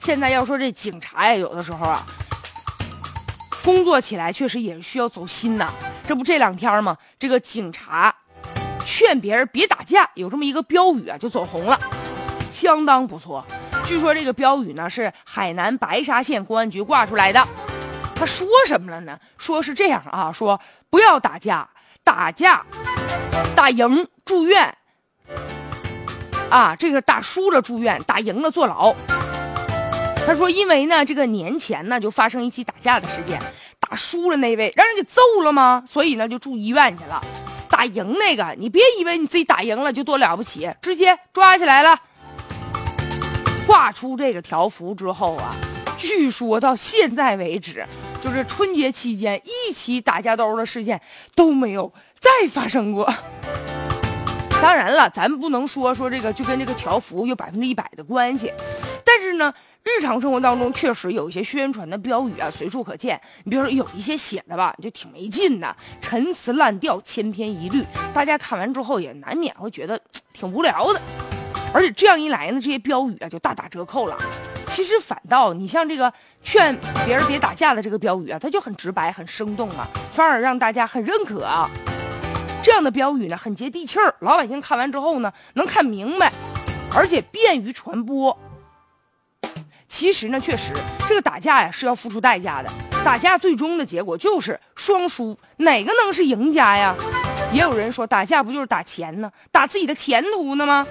现在要说这警察呀，有的时候啊，工作起来确实也需要走心呐。这不这2天吗？这个警察劝别人别打架，有这么一个标语啊，就走红了，相当不错。据说这个标语呢是海南白沙县公安局挂出来的。他说什么了呢？说是这样啊，说不要打架，打赢住院啊，这个打输了住院，打赢了坐牢。他说因为呢这个年前呢就发生一起打架的事件，打输了那位让人给揍了吗？所以呢就住医院去了。打赢那个你别以为你自己打赢了就多了不起，直接抓起来了。挂出这个条幅之后啊，据说到现在为止，就是春节期间一起打架斗殴的事件都没有再发生过。当然了，咱不能说这个就跟这个条幅有100%的关系，但是呢，日常生活当中确实有一些宣传的标语啊随处可见。你比如说有一些写的吧，就挺没劲的，陈词滥调，千篇一律，大家看完之后也难免会觉得挺无聊的。而且这样一来呢，这些标语啊就大打折扣了。其实反倒你像这个劝别人别打架的这个标语啊，它就很直白很生动啊，反而让大家很认可啊。这样的标语呢很接地气儿，老百姓看完之后呢能看明白，而且便于传播。其实呢确实这个打架呀是要付出代价的，打架最终的结果就是双输，哪个能是赢家呀？也有人说打架不就是打钱呢，打自己的前途呢吗？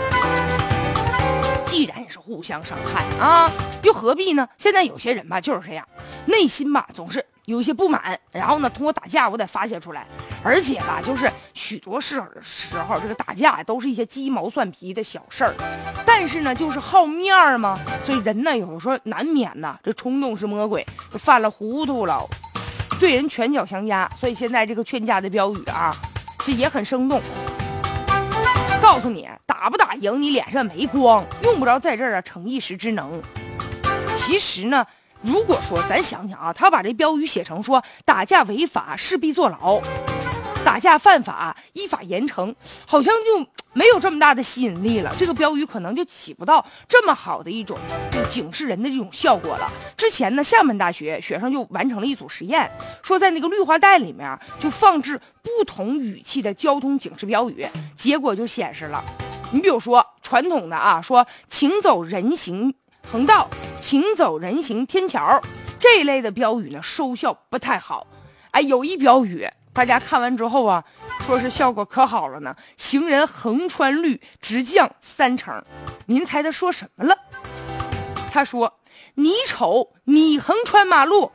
既然是互相伤害啊，又何必呢？现在有些人吧就是这样，内心吧总是有一些不满，然后呢通过打架我得发泄出来。而且吧就是许多时候这个打架都是一些鸡毛蒜皮的小事儿，但是呢就是好面儿嘛，所以人呢有时候难免呢这冲动是魔鬼，就犯了糊涂了，对人拳脚相加。所以现在这个劝架的标语啊，这也很生动，告诉你打不打赢你脸上没光，用不着在这儿啊逞一时之能。其实呢如果说咱想想啊，他把这标语写成说打架违法势必坐牢，打架犯法依法严惩，好像就没有这么大的吸引力了，这个标语可能就起不到这么好的一种警示人的这种效果了。之前呢厦门大学学生就完成了一组实验，说在那个绿化带里面就放置不同语气的交通警示标语，结果就显示了，你比如说传统的啊，说请走人行横道，请走人行天桥，这一类的标语呢收效不太好。哎，有一标语大家看完之后啊，说是效果可好了呢，行人横穿绿直降3成。您猜他说什么了？他说你丑你横穿马路。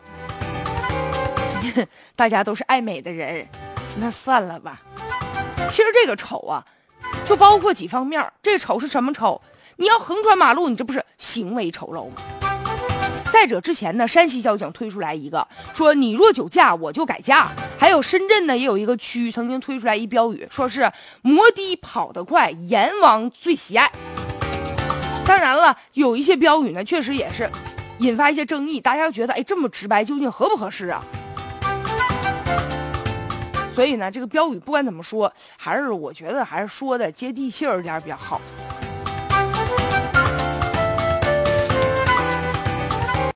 大家都是爱美的人，那算了吧。其实这个丑啊就包括几方面，这个丑是什么丑？你要横穿马路，你这不是行为丑陋吗？再者之前呢山西交警推出来一个说你若酒驾我就改嫁，还有深圳呢也有一个区曾经推出来一标语，说是摩的跑得快阎王最喜爱。当然了有一些标语呢确实也是引发一些争议，大家觉得哎这么直白究竟合不合适啊？所以呢这个标语不管怎么说，还是我觉得还是说的接地气儿一点比较好。